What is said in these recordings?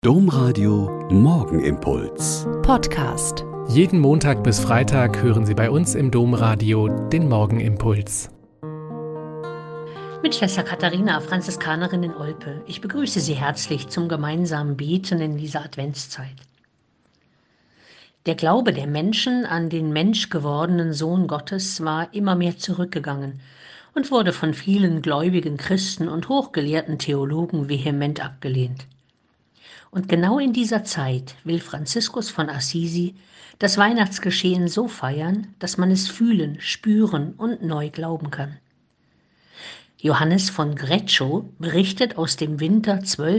Domradio Morgenimpuls. Podcast. Jeden Montag bis Freitag hören Sie bei uns im Domradio den Morgenimpuls. Mit Schwester Katharina, Franziskanerin in Olpe. Ich begrüße Sie herzlich zum gemeinsamen Beten in dieser Adventszeit. Der Glaube der Menschen an den menschgewordenen Sohn Gottes war immer mehr zurückgegangen und wurde von vielen gläubigen Christen und hochgelehrten Theologen vehement abgelehnt. Und genau in dieser Zeit will Franziskus von Assisi das Weihnachtsgeschehen so feiern, dass man es fühlen, spüren und neu glauben kann. Johannes von Greccio berichtet aus dem Winter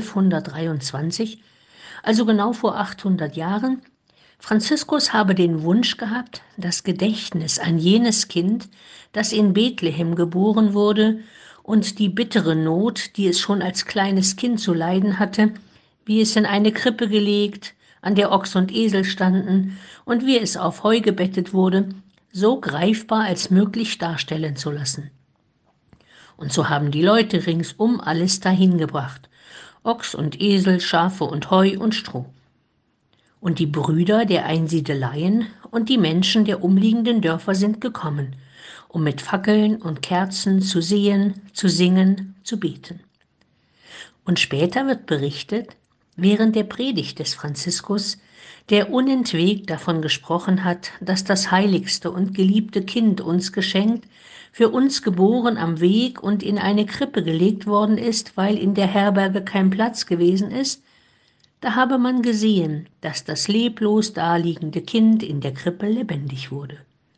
1223, also genau vor 800 Jahren, Franziskus habe den Wunsch gehabt, das Gedächtnis an jenes Kind, das in Bethlehem geboren wurde, und die bittere Not, die es schon als kleines Kind zu leiden hatte, wie es in eine Krippe gelegt, an der Ochs und Esel standen und wie es auf Heu gebettet wurde, so greifbar als möglich darstellen zu lassen. Und so haben die Leute ringsum alles dahin gebracht: Ochs und Esel, Schafe und Heu und Stroh. Und die Brüder der Einsiedeleien und die Menschen der umliegenden Dörfer sind gekommen, um mit Fackeln und Kerzen zu sehen, zu singen, zu beten. Und später wird berichtet, während der Predigt des Franziskus, der unentwegt davon gesprochen hat, dass das heiligste und geliebte Kind uns geschenkt, für uns geboren am Weg und in eine Krippe gelegt worden ist, weil in der Herberge kein Platz gewesen ist, da habe man gesehen, dass das leblos daliegende Kind in der Krippe lebendig wurde.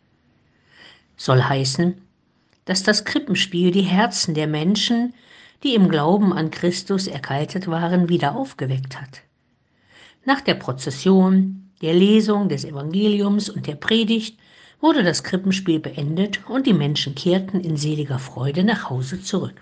Soll heißen, dass das Krippenspiel die Herzen der Menschen, die im Glauben an Christus erkaltet waren, wieder aufgeweckt hat. Nach der Prozession, der Lesung des Evangeliums und der Predigt wurde das Krippenspiel beendet und die Menschen kehrten in seliger Freude nach Hause zurück.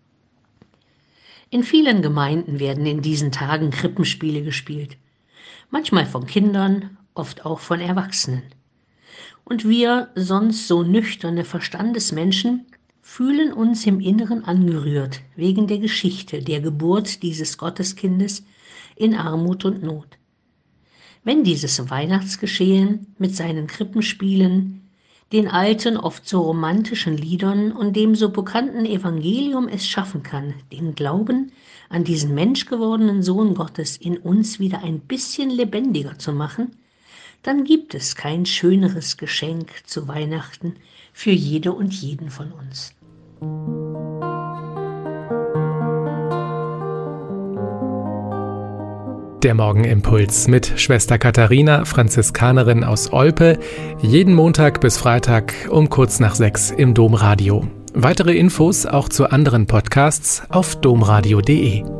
In vielen Gemeinden werden in diesen Tagen Krippenspiele gespielt, manchmal von Kindern, oft auch von Erwachsenen. Und wir, sonst so nüchterne Verstandesmenschen, fühlen uns im Inneren angerührt wegen der Geschichte der Geburt dieses Gotteskindes in Armut und Not. Wenn dieses Weihnachtsgeschehen mit seinen Krippenspielen, den alten, oft so romantischen Liedern und dem so bekannten Evangelium es schaffen kann, den Glauben an diesen menschgewordenen Sohn Gottes in uns wieder ein bisschen lebendiger zu machen, dann gibt es kein schöneres Geschenk zu Weihnachten für jede und jeden von uns. Der Morgenimpuls mit Schwester Katharina, Franziskanerin aus Olpe, jeden Montag bis Freitag um kurz nach 6 im Domradio. Weitere Infos auch zu anderen Podcasts auf domradio.de.